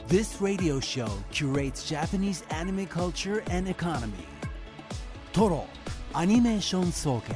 This radio show curates Japanese anime culture and economy. Toro Animation Soken.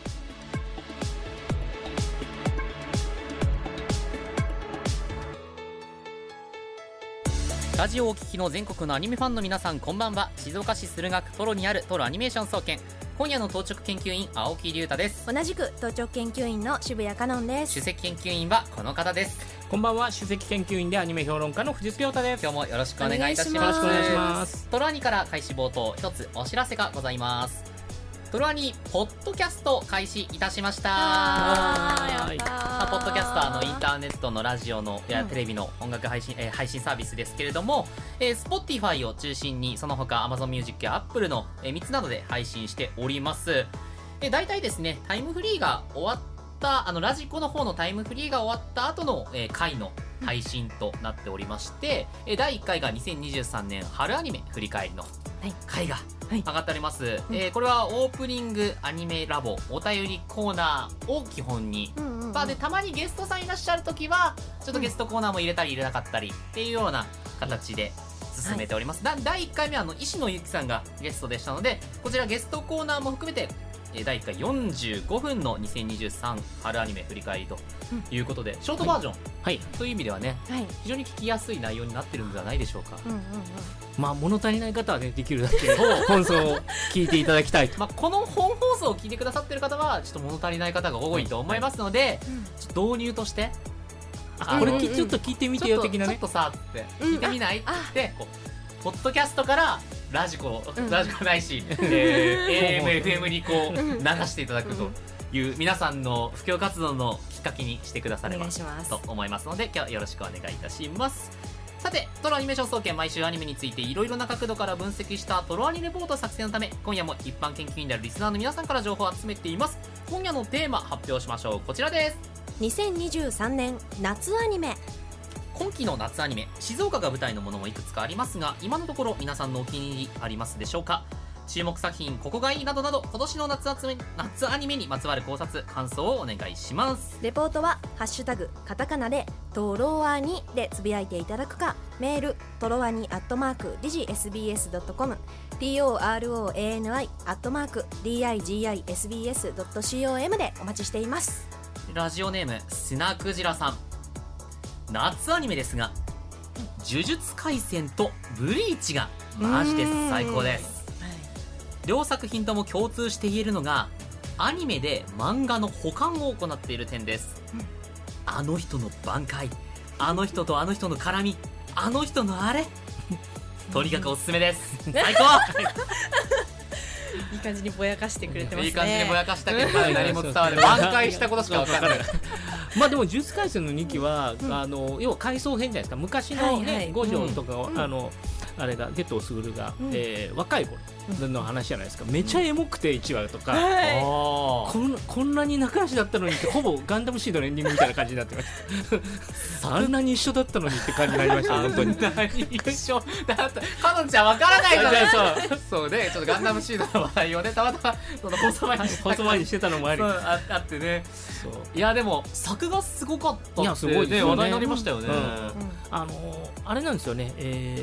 ラジオをお聞きの全国のアニメファンの皆さん、こんばんは。静岡市駿河区トロにあるトロアニメーション総研、今夜の当直研究員青木隆太です。 同じく当直研究員の渋谷香音です。 首席研究員はこの方です。 こんばんは。首席研究員でアニメ評論家の藤津亮太です。 今日もよろしくお願いいたします。 よろしくお願いします。 トロアニから開始冒頭一つお知らせがございます。トロアニポッドキャスト開始いたしました。 やったー。 ポッドキャスターのインターネットのラジオのやテレビの音楽配信、配信サービスですけれども、Spotify を中心にその他 Amazon Music や Apple の、3つなどで配信しております。大体ですね、タイムフリーが終わったラジコの方のタイムフリーが終わった後の、回の配信となっておりまして、第1回が2023年春アニメ振り返りの回が上がっております。これはオープニングアニメラボお便りコーナーを基本に、でたまにゲストさんいらっしゃるときはちょっとゲストコーナーも入れたり入れなかったりっていうような形で進めております。第1回目は石野ゆきさんがゲストでしたので、こちらゲストコーナーも含めて第1回45分の2023春アニメ振り返りということで、ショートバージョン、という意味ではね、非常に聞きやすい内容になってるんではないでしょうか。 まあ物足りない方はね、できるだけ本放送を聞いていただきたいと。 この本放送を聞いてくださってる方はちょっと物足りない方が多いと思いますので、ちょっと導入としてこれちょっと聞い聞いてみてよ的なね、 ちょっとさって聞いてみないってこうポッドキャストからラジコないし、AM、FM にこう流していただくという皆さんの布教活動のきっかけにしてくださればと思いますので、今日はよろしくお願いいたします。さて、トロアニメーション総研、毎週アニメについていろいろな角度から分析したトロアニレポート作成のため、今夜も一般研究員であるリスナーの皆さんから情報を集めています。今夜のテーマ発表しましょう。こちらです。 2023年夏アニメ。 今期の夏アニメ、静岡が舞台のものもいくつかありますが、今のところ皆さんのお気に入りありますでしょうか。注目作品、ここがいいなどなど、今年の夏アニメにまつわる考察、感想をお願いします。 レポートはハッシュタグカタカナでトロワニでつぶやいていただくか、メールトロワニ@digisbs.com TOROANI @digisbs.com でお待ちしています。 ラジオネームスナクジラさん、夏アニメですが呪術廻戦とブリーチがマジです。最高です。両作品とも共通して言えるのが、アニメで漫画の補完を行っている点です。あの人の挽回、あの人とあの人の絡み、あの人のあれとにかくおすすめです。最高いい感じにぼやかしてくれてますね。 いい感じにぼやかしたけど何も伝わる挽回したことしか分からない。 まあでも呪術廻戦の2期は、要は回想編じゃないですか。昔のね、五条とかあれがゲットースグルが、若い頃の話じゃないですか。めちゃエモくて1話とか、こんなに仲良しだったのにって、ほぼガンダムシードのエンディングみたいな感じになってましたあんなに一緒だったのにって感じになりました本当に。 一緒だったかのんちゃん分からないからそうで、ちょっとガンダムシードの話題をね、たまたまその放送前にしてたのもありあってね。いやでも作がすごかったって、 いやすごいですよね、 話題になりましたよね。 あれなんですよね、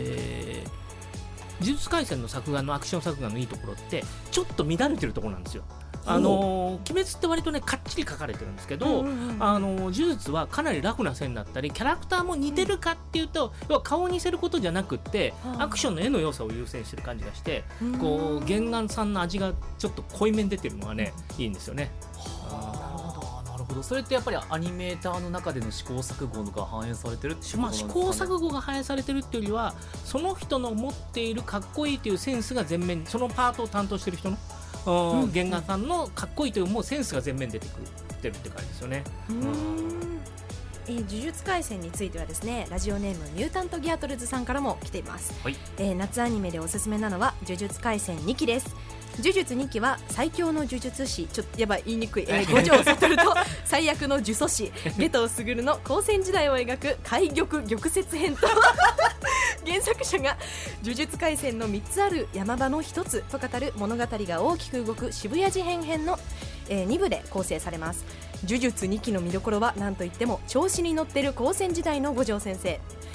呪術廻戦の作画のアクション作画のいいところってちょっと乱れてるところなんですよ。鬼滅って割とねかっちり書かれてるんですけど、呪術はかなりラフな線だったり、キャラクターも似てるかっていうと、要は顔を似せることじゃなくって、アクションの絵の良さを優先してる感じがして、こう原眼さんの味がちょっと濃いめに出てるのがね、いいんですよね。 なるほど。それってやっぱりアニメーターの中での試行錯誤が反映されてるってことなんですかね。 試行錯誤が反映されてるっていうよりは、その人の持っているかっこいいというセンスが前面に、そのパートを担当してる人の原画さんのかっこいいというもうセンスが前面に出てくるって感じですよね。 呪術廻戦についてはですね、ラジオネームミュータントギアトルズさんからも来ています。夏アニメでおすすめなのは呪術廻戦2期です。呪術2期は最強の呪術師、ちょっとやばい言いにくい、五条悟と最悪の呪詛師夏油傑の高専時代を描く海玉玉折編と原作者が呪術廻戦の3つある山場の1つと語る物語が大きく動く渋谷事変編の、2部で構成されます。呪術2期の見どころは何といっても調子に乗っている高専時代の五条先生。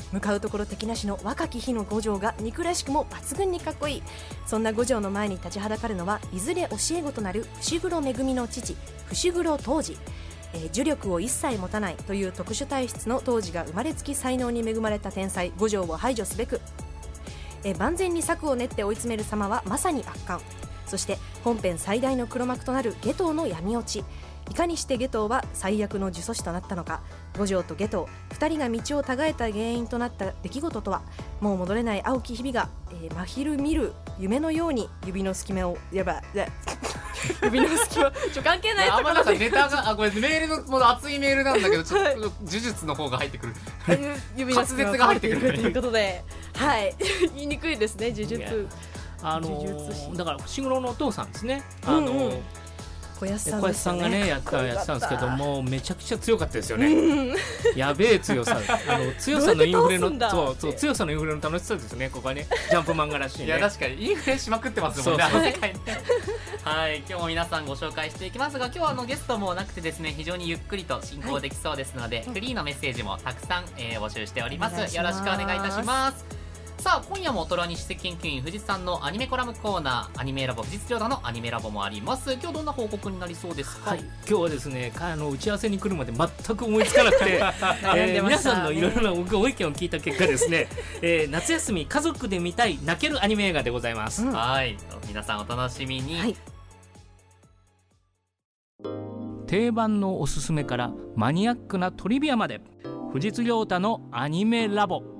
向かうところ敵なしの若き日の五条が憎らしくも抜群にかっこいい。そんな五条の前に立ちはだかるのはいずれ教え子となる伏黒恵の父伏黒当時。呪力を一切持たないという特殊体質の当時が生まれつき才能に恵まれた天才五条を排除すべく万全に策を練って追い詰める様はまさに圧巻。そして本編最大の黒幕となる夏油の闇落ち。いかにして夏油は最悪の呪詛師となったのか、五条と夏油2人が道をたがえた原因となった出来事とは。もう戻れない青き日々が、真昼見る夢のように指の隙間を指の隙間関係ないところであんまなんかネタがこれメールのもう熱いメールなんだけどちょっと呪術の方が入ってくる指の隙間滑舌が入ってくるということで、はい言いにくいですね呪術。 だから伏黒のお父さんですね、 小安さんがねやったんですけども、めちゃくちゃ強かったですよね。やべえ強さ、強さのインフレの強さのインフレの楽しさですね。ここはねジャンプ漫画らしいね。 いや確かにインフレしまくってますもんね、あの世界ね。はい、今日も皆さんご紹介していきますが、今日はゲストもなくてですね、非常にゆっくりと進行できそうですので、フリーのメッセージもたくさん、募集しております。よろしくお願いいたします。さあ今夜も虎西史跡研究員藤津さんのアニメコラムコーナー、アニメラボ藤津亮太のアニメラボもあります。今日どんな報告になりそうですか？ はい、今日はですね打ち合わせに来るまで全く思いつかなくて皆さんのいろいろなご意見を聞いた結果ですね、夏休み家族で見たい泣けるアニメ映画でございます。 はい皆さんお楽しみに。はい、 定番のおすすめからマニアックなトリビアまで、藤津亮太のアニメラボ。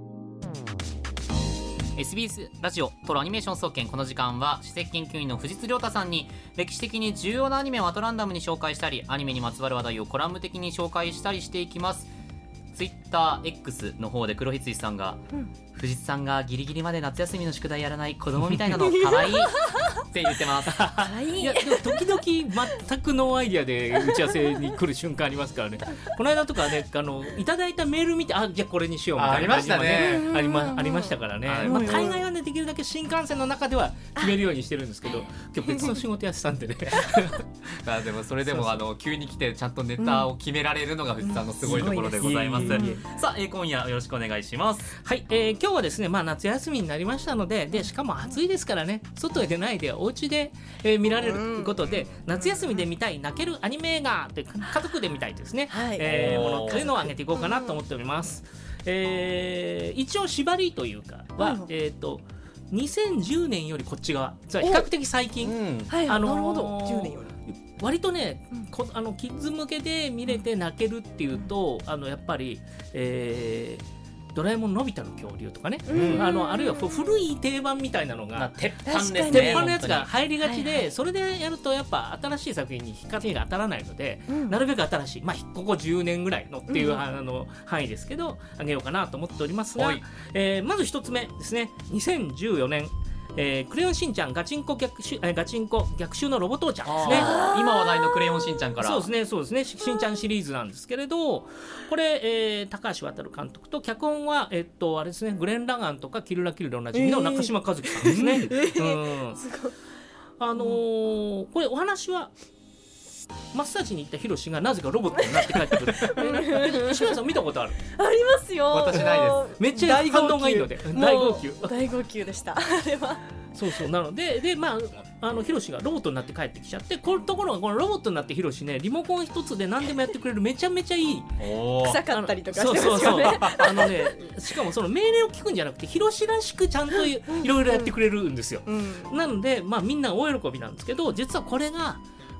SBS ラジオトロアニメーション総研、この時間は史跡研究員の藤津亮太さんに歴史的に重要なアニメをアトランダムに紹介したり、アニメにまつわる話題をコラム的に紹介したりしていきます。TwitterX の方で黒羊さんが、藤津さんがギリギリまで夏休みの宿題やらない子供みたいなの可愛いって言ってます。 いやでも時々全くノーアイディアで打ち合わせに来る瞬間ありますからね。この間とかねいただいたメール見てじゃあこれにしようみたいな感じもねありましたからね。大概はねできるだけ新幹線の中では決めるようにしてるんですけど、今日別の仕事やってたんでねでもそれでも急に来てちゃんとネタを決められるのが藤津さんのすごいところでございます。さあ、今夜よろしくお願いします。 はい、今日はですね、夏休みになりましたので、しかも暑いですからね、外へ出ないでお家で、見られるということで、夏休みで見たい泣けるアニメ映画で家族で見たいですね、ものというのを挙げていこうかなと思っております。一応縛りというかは、2010年よりこっち側、比較的最近、 なるほど、10年より割とね、キッズ向けで見れて泣けるっていうと、やっぱり、ドラえもんのび太の恐竜とかね、あるいは古い定番みたいなのが鉄板ですね、 鉄板のやつが入りがちで、それでやるとやっぱ新しい作品に光が当たらないので、なるべく新しい、ここ10年ぐらいのっていう範囲ですけどあげようかなと思っておりますが、まず一つ目ですね、2014年クレヨンしんちゃんガチンコ逆襲のロボ父ちゃんですね。 今話題のクレヨンしんちゃんから。 そうですねしんちゃんシリーズなんですけれど、これ、高橋渡監督と脚本はあれですね、グレン・ラガンとかキルラキルでおなじみの中島和樹さんですね。これお話はマッサージに行ったヒロシがなぜかロボットになって帰ってくる。石原さん見たことある？ ありますよ。 私ないです。 めっちゃ反応がいいので大号泣でした。あれはそうなのでヒロシがロボットになって帰ってきちゃって、このところがこのロボットになってヒロシね、リモコン一つで何でもやってくれるめちゃめちゃいい。 臭かったりとかしてますよね。 しかもその命令を聞くんじゃなくてヒロシらしくちゃんといろいろやってくれるんですよ。なのでみんな大喜びなんですけど、実はこれが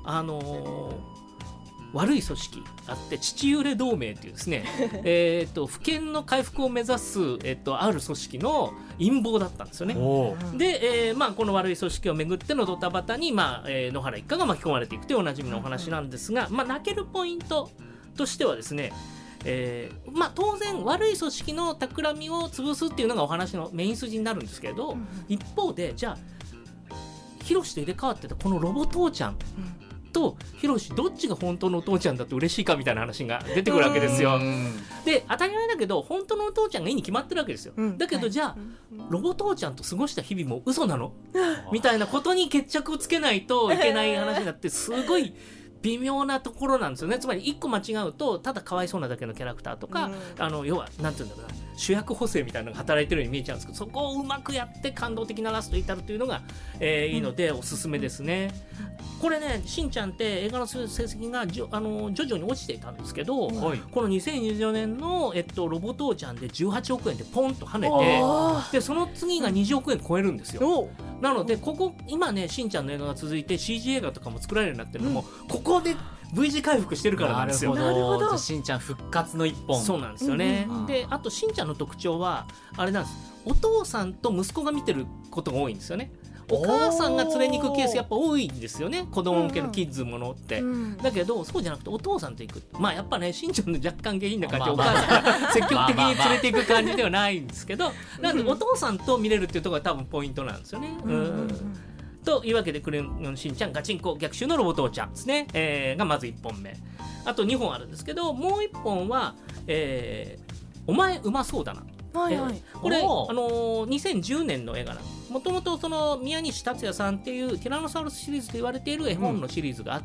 悪い組織あって父揺れ同盟っていうですね府県の回復を目指す、ある組織の陰謀だったんですよね。で、この悪い組織をめぐってのドタバタに、野原一家が巻き込まれていくというおなじみのお話なんですが、泣けるポイントとしてはですね、当然悪い組織の企みを潰すっていうのがお話のメイン筋になるんですけれど、一方でじゃあヒロシと入れ替わってたこのロボ父ちゃんとヒロシどっちが本当のお父ちゃんだと嬉しいかみたいな話が出てくるわけですよ。で当たり前だけど本当のお父ちゃんがいいに決まってるわけですよ。だけどじゃあロボ父ちゃんと過ごした日々も嘘なのみたいなことに決着をつけないといけない話になって、すごい微妙なところなんですよね。つまり1個間違うとただかわいそうなだけのキャラクターとか、要はなんていうんだろうな、 主役補正みたいなのが働いてるように見えちゃうんですけど、そこをうまくやって感動的なラストに至るというのが、いいのでおすすめですね。これね、しんちゃんって映画の成績が徐々に落ちていたんですけど、 はい、 この2024年の、ロボ父ちゃんで18億円でポンと跳ねて、でその次が20億円超えるんですよ。なのでここ今ね、しんちゃんの映画が続いて CG 映画とかも作られるようになってるのも、ここで V 字回復してるからなんですよ。 なるほど。じゃあしんちゃん復活の一本。 そうなんですよね。であとしんちゃんの特徴はあれなんです。お父さんと息子が見てることが多いんですよね。お母さんが連れに行くケースやっぱ多いんですよね、子供向けのキッズものって、だけどそうじゃなくてお父さんと行く、まあやっぱね、しんちゃんの若干下品な感じでお母さんが積極的に連れていく感じではないんですけど、なんでお父さんと見れるっていうところが多分ポイントなんですよね。というわけでクレヨンのしんちゃんガチンコ逆襲のロボ父ちゃんですね、がまず1本目。あと2本あるんですけど、もう1本は、お前うまそうだな。これ2010年の映画なんです。もともとその宮西達也さんっていうティラノサウルスシリーズと言われている絵本のシリーズがあって、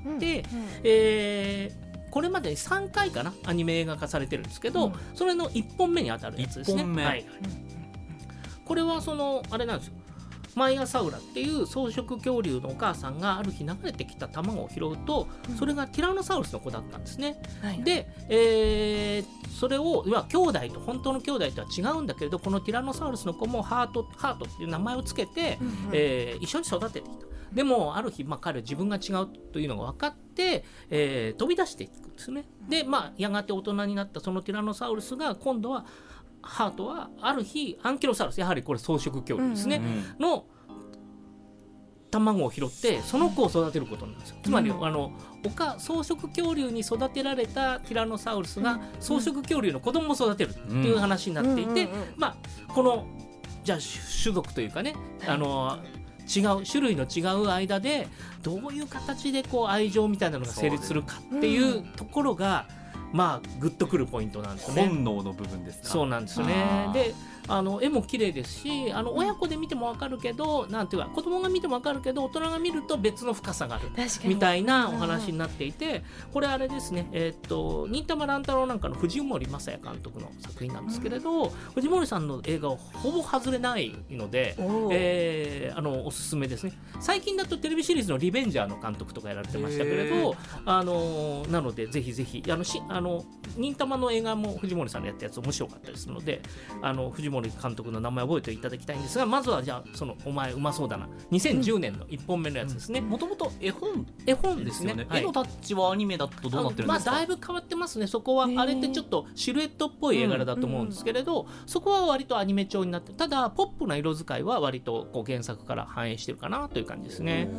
これまでに3回かなアニメ映画化されてるんですけど、それの1本目に当たるやつですね。はい、これはそのあれなんですよ、マイアサウラっていう草食恐竜のお母さんがある日流れてきた卵を拾うと、それがティラノサウルスの子だったんですね。で、それを兄弟と本当の兄弟とは違うんだけれど、このティラノサウルスの子もハートっていう名前をつけて、一緒に育てていた。でもある日、彼は自分が違うというのが分かって、飛び出していくんですね。で、やがて大人になったそのティラノサウルスが今度はハートはある日アンキロサウルス、やはりこれ草食恐竜ですね、の卵を拾ってその子を育てることになるんですよ。つまり草食恐竜に育てられたティラノサウルスが草食恐竜の子供を育てるっていう話になっていて、このじゃあ種族というかね、違う種類の違う間でどういう形でこう愛情みたいなのが成立するかっていうところがグッとくるポイントなんですよね。 本能の部分ですか。 そうなんですよね。で絵も綺麗ですし、親子で見ても分かるけど、なんていうか子供が見ても分かるけど大人が見ると別の深さがあるみたいなお話になっていて、これあれですね、忍たま乱太郎なんかの藤森正也監督の作品なんですけれど、藤森さんの映画はほぼ外れないので、おすすめですね。最近だとテレビシリーズのリベンジャーの監督とかやられてましたけれど、なのでぜひぜひ忍たまの映画も藤森さんのやったやつ面白かったですので、藤森監督の名前を覚えていただきたいんですが、まずはじゃあそのお前うまそうだな2010年の1本目のやつですね。 もともと絵本ですね。 絵のタッチはアニメだとどうなってるんですか。 だいぶ変わってますね。そこはあれってちょっとシルエットっぽい絵柄だと思うんですけれど、そこは割とアニメ調になって、ただポップな色使いは割とこう原作から反映してるかなという感じですね。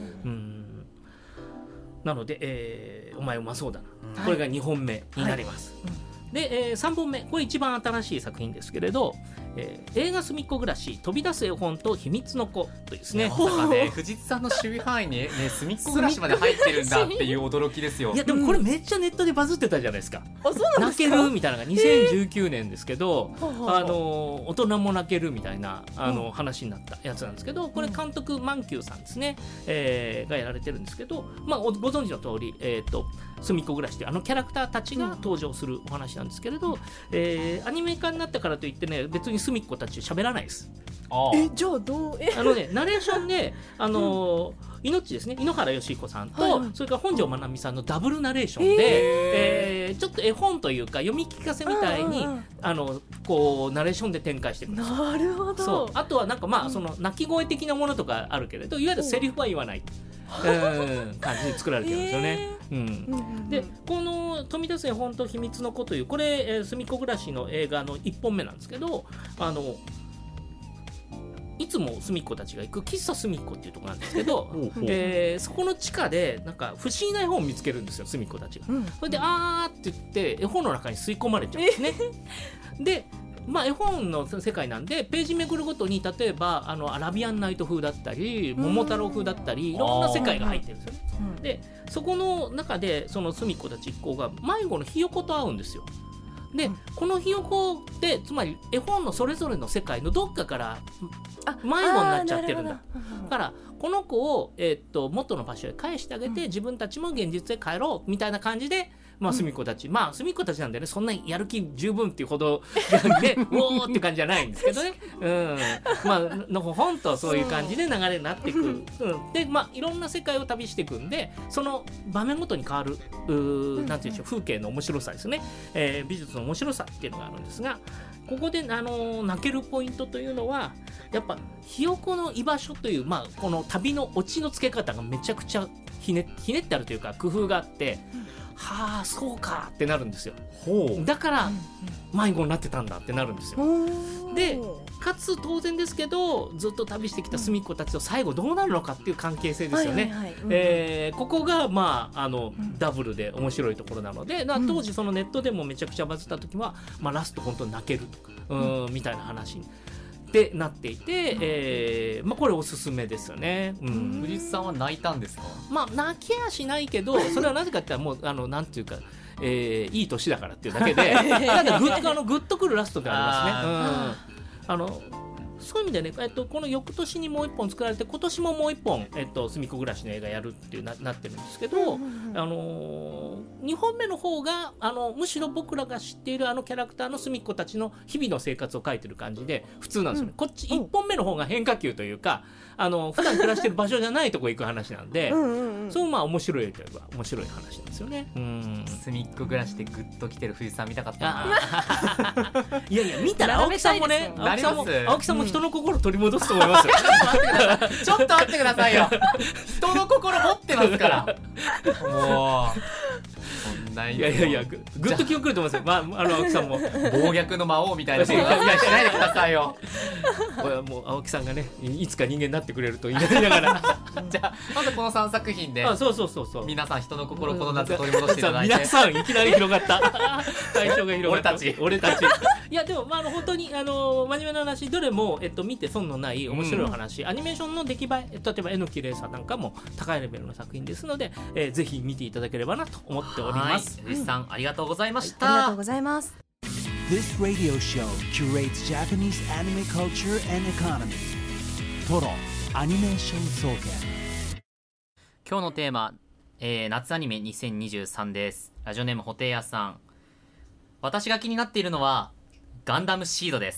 なので、お前うまそうだな、これが2本目になります。で、3本目、これ一番新しい作品ですけれど、映画すみっこ暮らし飛び出す絵本と秘密の子とですね。 まさかね、藤津さんの守備範囲にすみっこ暮らしまで入ってるんだっていう驚きですよ。 いやでもこれめっちゃネットでバズってたじゃないですか。泣けるみたいなのが2019年ですけど、大人も泣けるみたいな話になったやつなんですけど、これ監督マンキューさんですね、がやられてるんですけど、ご存知の通り、すみっこ暮らしというキャラクターたちが登場するお話なんですけれど、アニメ化になったからといってね、別にすみっこたち喋らないです。 じゃあどうナレーションで命ですね、井ノ原快彦さんと、それから本上まなみさんのダブルナレーションで、ちょっと絵本というか読み聞かせみたいに、こうナレーションで展開していくんですよ。 なるほど。 そう、あとはなんかその鳴き声的なものとかあるけれど、いわゆるセリフは言わない感じで作られてるんですよね。でこの飛び出す絵本と秘密の子という、これすみっこ暮らしの映画の1本目なんですけど、いつもすみっこたちが行く喫茶すみっこっていうところなんですけどそこの地下でなんか不思議な絵本を見つけるんですよ、すみっこたちが。それであーって言って絵本の中に吸い込まれちゃうんですね。で絵本の世界なんで、ページめくるごとに例えばアラビアンナイト風だったり桃太郎風だったり、いろんな世界が入ってるんですよね。でそこの中でそのすみっこたち一行が迷子のひよこと会うんですよ。でこのひよこってつまり絵本のそれぞれの世界のどっかから迷子になっちゃってるんだ。だからこの子を、元の場所へ返してあげて、自分たちも現実へ帰ろうみたいな感じで隅っこたち、隅っこたちなんでね、そんなにやる気十分っていうほどでおーっていう感じじゃないんですけどね、のほほんとそういう感じで流れになっていく、でいろんな世界を旅していくんで、その場面ごとに変わるなんていうんでしょう、風景の面白さですね、美術の面白さっていうのがあるんですが、ここで泣けるポイントというのはやっぱひよこの居場所という、この旅のオチのつけ方がめちゃくちゃひねってあるというか工夫があって、はあそうかってなるんですよ。だから迷子になってたんだってなるんですよ。でかつ当然ですけど、ずっと旅してきた隅っこたちと最後どうなるのかっていう関係性ですよね。ここがダブルで面白いところなので、当時そのネットでもめちゃくちゃバズった時は、ラスト本当に泣けるとかみたいな話ってなっていて、これおすすめですよね。 藤井さんは泣いたんですか？ 泣きはしないけど、それはなぜかって言ったらもうなんていうか、いい年だからっていうだけでなんかグッとくるラストがありますね。そういう意味でね、この翌年にもう一本作られて、今年ももう一本、すみっこ暮らしの映画やるっていうなってるんですけど、2本目の方がむしろ僕らが知っているキャラクターのすみっこたちの日々の生活を描いてる感じで普通なんですよね。こっち1本目の方が変化球というか、普段暮らしてる場所じゃないとこ行く話なんでそう面白いといえば面白い話なんですよね。 すみっこ暮らしでグッと来てる藤井さん見たかったな。 いや見たら青木さんもね、青木さんも人の心取り戻すと思いますよ。 ちょっと待ってくださいよ。人の心持ってますから。もうそんないやグッと気をくると思いますよ。青木さんも暴虐の魔王みたいなことしないでくださいよ。 もう青木さんがね、いつか人間になってくれると言いながらじゃあまずこの3作品でそう皆さん人の心この夏取り戻していただいて、 皆さんいきなり広がった対象が広がった俺たちいやでも本当に真面目な話、どれも見て損のない面白い話、アニメーションの出来栄え、例えば絵の綺麗さなんかも高いレベルの作品ですので、ぜひ見ていただければなと思っております。 藤井さんありがとうございました。 ありがとうございます。 This radio show curates Japanese anime culture and economy. Toro Animation Soken. 今日のテーマ、夏アニメ2023です。ラジオネームホテイヤさん。私が気になっているのはガンダムシードです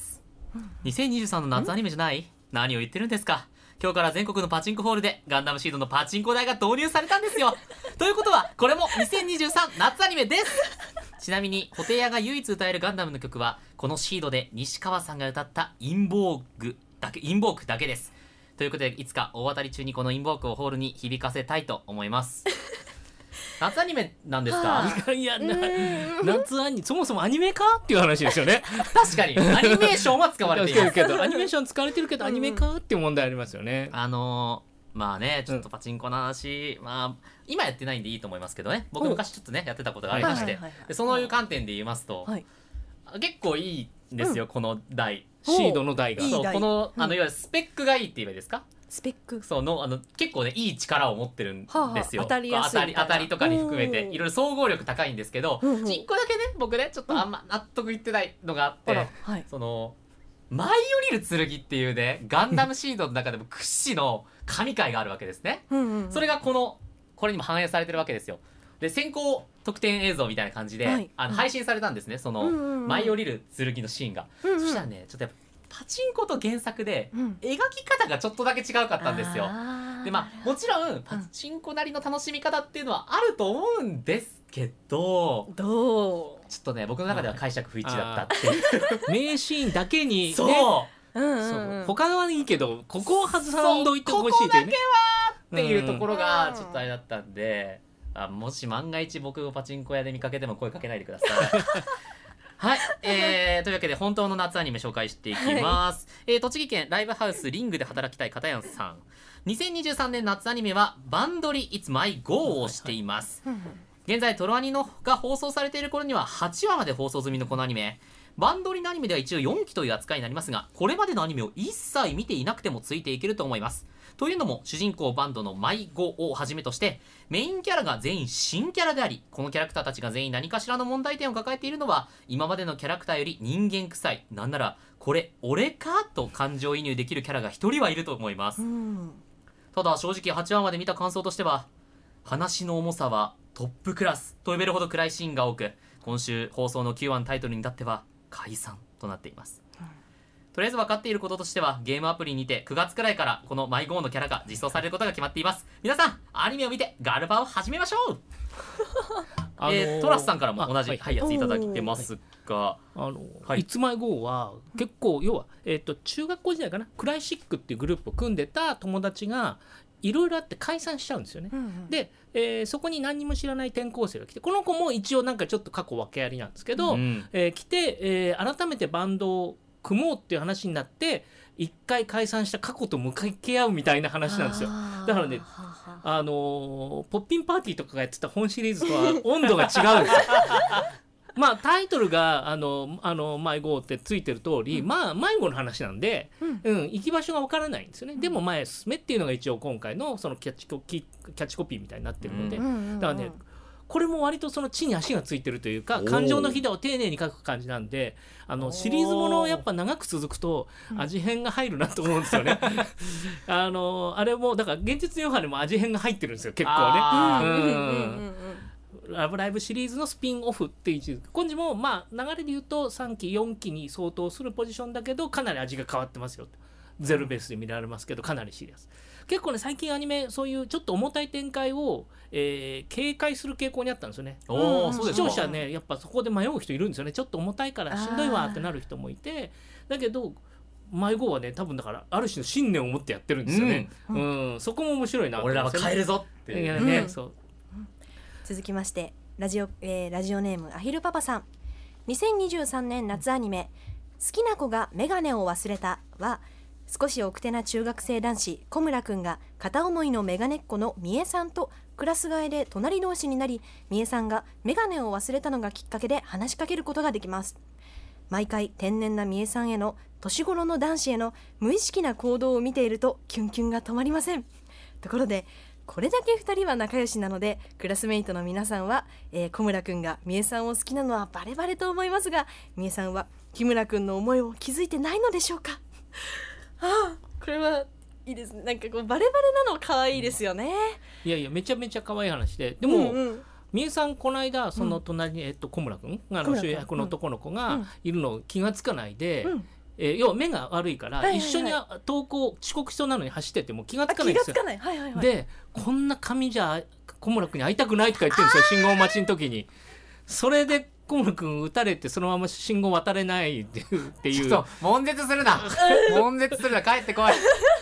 。2023の夏アニメじゃない？何を言ってるんですか。今日から全国のパチンコホールでガンダムシードのパチンコ台が導入されたんですよ。ということはこれも2023夏アニメです。ちなみにホテイヤが唯一歌えるガンダムの曲はこのシードで西川さんが歌ったインボークだけです。ということでいつか大当たり中にこのインボークをホールに響かせたいと思います。夏アニメなんですか？ いや夏アニメそもそもアニメかっていう話ですよね。 確かにアニメーションは使われているけどアニメーション使われてるけどアニメかっていう問題ありますよね。 ちょっとパチンコの話、今やってないんでいいと思いますけどね、僕昔ちょっとねやってたことがありまして、そういう観点で言いますと、結構いいんですよ、この台、 シードの台が。 このいわゆるスペックがいいって言えばいいですか。 スペック結構ねいい力を持ってるんですよ。 当たりやすい当たりとかに含めていろいろ総合力高いんですけど、1個だけね僕ねちょっとあんま納得いってないのがあって、舞い降りる剣っていうねガンダムシードの中でも屈指の神回があるわけですね。それがこれにも反映されてるわけですよ。で先行特典映像みたいな感じで、配信されたんですね、その舞い降りる剣のシーンが。そしたらねちょっとやっぱパチンコと原作で描き方がちょっとだけ違うかったんですよ。でもちろんパチンコなりの楽しみ方っていうのはあると思うんですけど、ちょっとね僕の中では解釈不一致だったっていう名シーンだけに、ね、 そう他はいいけどここを外さんといてほしいというね、ここだけはっていうところがちょっとあれだったんで、もし万が一僕をパチンコ屋で見かけても声かけないでください。はい、というわけで本当の夏アニメ紹介していきます、栃木県ライブハウスリングで働きたい片やさん。2023年夏アニメはバンドリ It's My Go をしています。現在トロアニのが放送されている頃には8話まで放送済みのこのアニメ、バンドリのアニメでは一応4期という扱いになりますが、これまでのアニメを一切見ていなくてもついていけると思います。というのも主人公バンドのマイゴをはじめとしてメインキャラが全員新キャラであり、このキャラクターたちが全員何かしらの問題点を抱えているのは今までのキャラクターより人間臭い、なんならこれ俺かと感情移入できるキャラが一人はいると思います。ただ正直8話まで見た感想としては、話の重さはトップクラスと呼べるほど暗いシーンが多く、今週放送の Q1 タイトルに至っては解散となっています。とりあえず分かっていることとしては、ゲームアプリにて9月くらいからこのマイゴーのキャラが実装されることが決まっています。皆さんアニメを見てガルパを始めましょう。トラスさんからも同じ、やついただいてますが、 いつまい号は結構要は、中学校時代かな、クライシックっていうグループを組んでた友達がいろいろあって解散しちゃうんですよね。で、そこに何にも知らない転校生が来て、この子も一応なんかちょっと過去訳ありなんですけど、来て、改めてバンドを組もうっていう話になって、一回解散した過去と向かい合うみたいな話なんですよ。だからね、ポッピンパーティーとかがやってた本シリーズとは温度が違うんですよ。まあタイトルが迷子ってついてる通り、まあ迷子の話なんで、行き場所がわからないんですよね。でも前進めっていうのが一応今回のそのキャッチコピーみたいになってるので、だからね、これも割とその地に足がついてるというか、感情のひだを丁寧に書く感じなんで、シリーズものやっぱ長く続くと味変が入るなと思うんですよね。あれもだから現実ヨハネも味変が入ってるんですよ、結構ね。ラブライブシリーズのスピンオフっていう位置、今時もまあ流れで言うと3期4期に相当するポジションだけど、かなり味が変わってますよ。ゼロベースで見られますけど、かなりシリアス。結構ね、最近アニメそういうちょっと重たい展開を、警戒する傾向にあったんですよね。視聴者ね、やっぱそこで迷う人いるんですよね。ちょっと重たいからしんどいわってなる人もいて、だけど迷子はね、多分だからある種の信念を持ってやってるんですよね。そこも面白いな。 俺らは変えるぞってね。そう。 続きましてラジオネームアヒルパパさん。2023年夏アニメ好きな子がメガネを忘れたは、少し奥手な中学生男子小村くんが片思いのメガネっ子のみえさんとクラス替えで隣同士になり、みえさんがメガネを忘れたのがきっかけで話しかけることができます。毎回天然なみえさんへの年頃の男子への無意識な行動を見ているとキュンキュンが止まりません。ところでこれだけ2人は仲良しなので、クラスメイトの皆さんは、小村くんがみえさんを好きなのはバレバレと思いますが、みえさんは木村くんの思いを気づいてないのでしょうか。これはいいですね。なんかこうバレバレなの可愛いですよね。 いやいや、めちゃめちゃ可愛い話で、でも、みえさんこの間その隣に、小村くん主役の男の子がいるのを気がつかないで、要は目が悪いから、一緒に登校遅刻しそうなのに走ってても気がつかないんですよ。で、こんな髪じゃ小村くんに会いたくないとか言ってるんですよ、信号待ちの時に。それで小村くん撃たれて、そのまま信号渡れないっていう。 ちょっと悶絶するな悶絶するな、帰ってこい。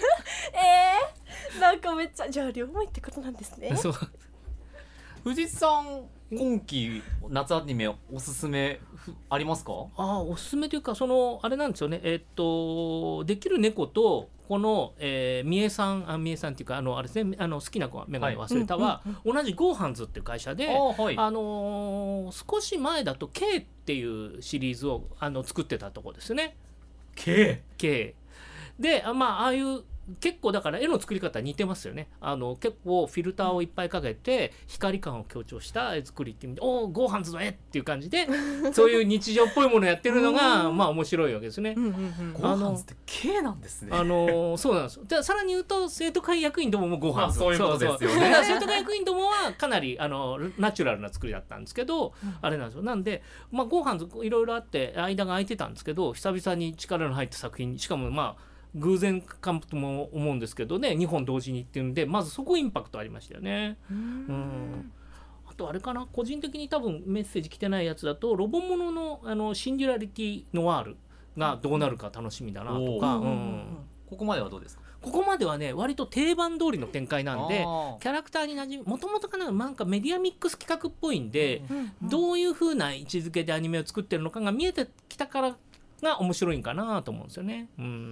なんかめっちゃ、じゃあ両思いってことなんですね。 そう。 藤井さん、今期夏アニメおすすめありますか？ おすすめというか、あれなんですよね。できる猫とこの、みえさんっていうか、あれですね、好きな子はメガネ忘れたは、同じゴーハンズっていう会社で、少し前だと K っていうシリーズを作ってたとこですね。 K で、ああいう結構だから絵の作り方似てますよね。結構フィルターをいっぱいかけて光感を強調した絵作りっていう意味で、ゴーハンズの絵っていう感じでそういう日常っぽいものをやってるのがまあ面白いわけですね。 ゴーハンズって K なんですね。 そうなんですよ。でさらに言うと生徒会役員どももゴーハンズ、 そういうことですよね。 生徒会役員どもはかなりナチュラルな作りだったんですけど、あれなんですよ。なんでゴーハンズいろいろあって間が空いてたんですけど、久々に力の入った作品、しかも偶然かとも思うんですけどね、2本同時にっていうんで、まずそこインパクトありましたよね。あとあれかな、個人的に多分メッセージ来てないやつだと、ロボモノのシンギュラリティノワールがどうなるか楽しみだなとか。 ここまではどうですか？ ここまではね、割と定番通りの展開なんで、キャラクターに馴染み、もともとなんかメディアミックス企画っぽいんで、どういう風な位置づけでアニメを作ってるのかが見えてきたからが面白いんかなと思うんですよね。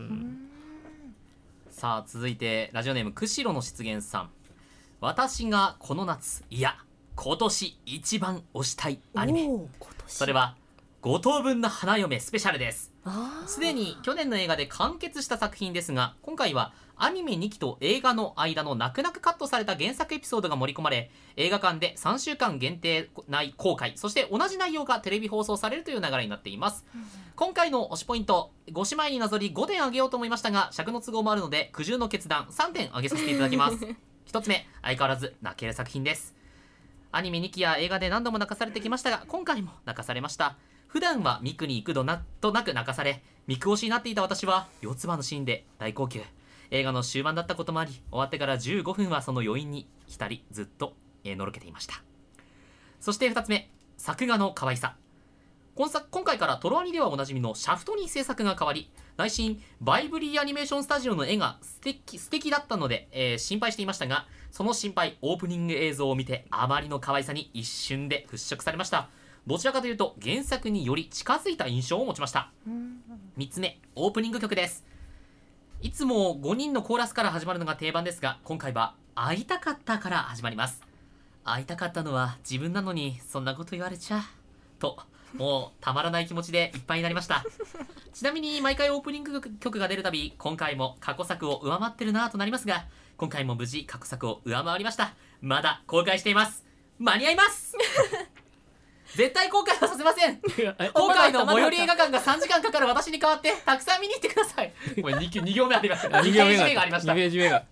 さあ続いてラジオネーム釧路の湿原さん。私がこの夏、いや今年一番推したいアニメ、それは5等分の花嫁スペシャルです。すでに去年の映画で完結した作品ですが、今回はアニメ2期と映画の間の泣く泣くカットされた原作エピソードが盛り込まれ、映画館で3週間限定内公開、そして同じ内容がテレビ放送されるという流れになっています。今回の推しポイント、5姉妹になぞり5点あげようと思いましたが、尺の都合もあるので苦渋の決断3点あげさせていただきます。1つ目、相変わらず泣ける作品です。 アニメ2期や映画で何度も泣かされてきましたが、今回も泣かされました。普段はミクに行くとなく泣かされ、ミク推しになっていた私は四つ葉のシーンで大号泣。映画の終盤だったこともあり、終わってから15分はその余韻に浸り、ずっとのろけていました。そして2つ目、作画の可愛さ。今回からトロアニではおなじみのシャフトに制作が変わり、内心バイブリーアニメーションスタジオの絵が素敵だったので、心配していましたが、その心配、オープニング映像を見てあまりの可愛さに一瞬で払拭されました。どちらかというと原作により近づいた印象を持ちました。3つ目、オープニング曲です。いつも5人のコーラスから始まるのが定番ですが、今回は会いたかったから始まります。会いたかったのは自分なのにそんなこと言われちゃと、もうたまらない気持ちでいっぱいになりました。ちなみに毎回オープニング曲が出るたび、今回も過去作を上回ってるなぁとなりますが、今回も無事過去作を上回りました。まだ公開しています。間に合います絶対後悔はさせません。今回の最寄り映画館が3時間かかる私に代わってたくさん見に行ってください。これ 2行目ありました。2ページ目がありました。2ページ目が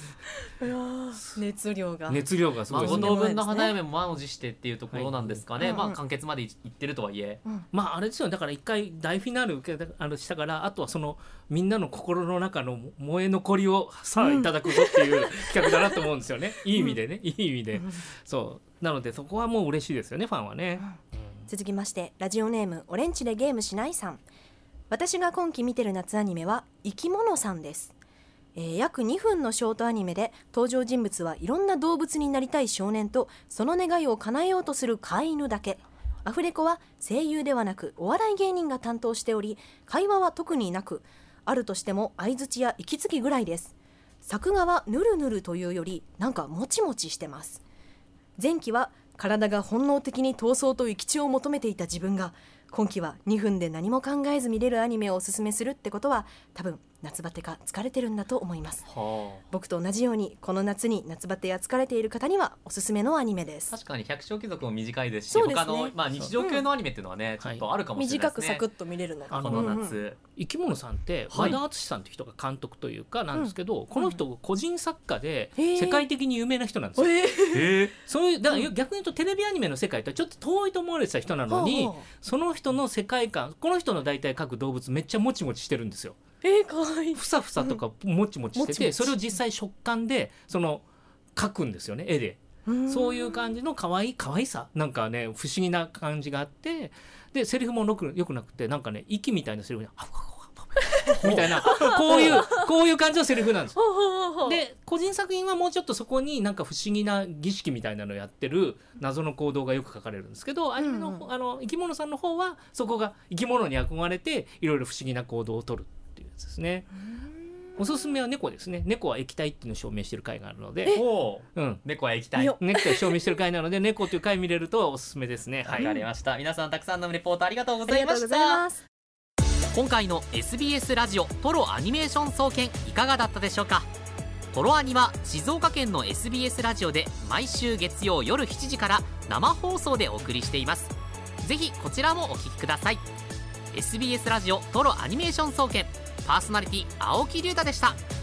熱量がすごいですね。 5等分の花嫁も満を持してっていうところなんですかね。まあ完結までいってるとはいえ、 まああれですよ。だから一回大フィナーレしたから、あとはそのみんなの心の中の燃え残りをさあいただくぞっていう企画だなと思うんですよね。いい意味でね、いい意味で。そうなのでそこはもう嬉しいですよね、ファンはね。 続きましてラジオネームオレンジでゲームしないさん。私が今期見てる夏アニメは生き物さんです。約2分のショートアニメで登場人物はいろんな動物になりたい少年とその願いを叶えようとする飼い犬だけ。アフレコは声優ではなくお笑い芸人が担当しており、会話は特になく、あるとしても相槌や息継ぎぐらいです。作画はヌルヌルというよりなんかもちもちしてます。前期は体が本能的に闘争と生き血を求めていた自分が、今期は2分で何も考えず見れるアニメをおすすめするってことは、多分夏バテか疲れてるんだと思います。僕と同じようにこの夏に夏バテや疲れている方にはおすすめのアニメです。 確かに百姓貴族も短いですし、 そうですね、 他の、まあ、日常系のアニメっていうのはね、ちょっとあるかもしれないですね。 短くサクッと見れるのこの夏、 生き物さんって和田敦さんって人が監督というかなんですけど、この人個人作家で世界的に有名な人なんですよ。そういうだから逆に言うとテレビアニメの世界とはちょっと遠いと思われてた人なのに、その人の世界観、この人の大体描く動物めっちゃもちもちしてるんですよ。 かわいい。 ふさふさとかもちもちしてて、それを実際食感でその描くんですよね、絵で。そういう感じの可愛さなんかね、不思議な感じがあって、でセリフもよくなくて、なんかね息みたいなセリフでみたいなこういう感じのセリフなんです。で個人作品はもうちょっとそこになんか不思議な儀式みたいなのをやってる謎の行動がよく書かれるんですけど、アニメの生き物さんの方はそこが生き物に憧れていろいろ不思議な行動を取るっていうやつですね。おすすめは猫ですね。猫は液体っていうのを証明してる回があるので、 猫は液体、 猫は証明してる回なので猫という回見れるとおすすめですね。 わかりました。皆さんたくさんのレポートありがとうございました。今回の SBS ラジオトロアニメーション総研いかがだったでしょうか。トロアニは静岡県の SBS ラジオで毎週月曜夜7時から生放送でお送りしています。ぜひこちらもお聞きください。 SBS ラジオトロアニメーション総研、パーソナリティ青木龍太でした。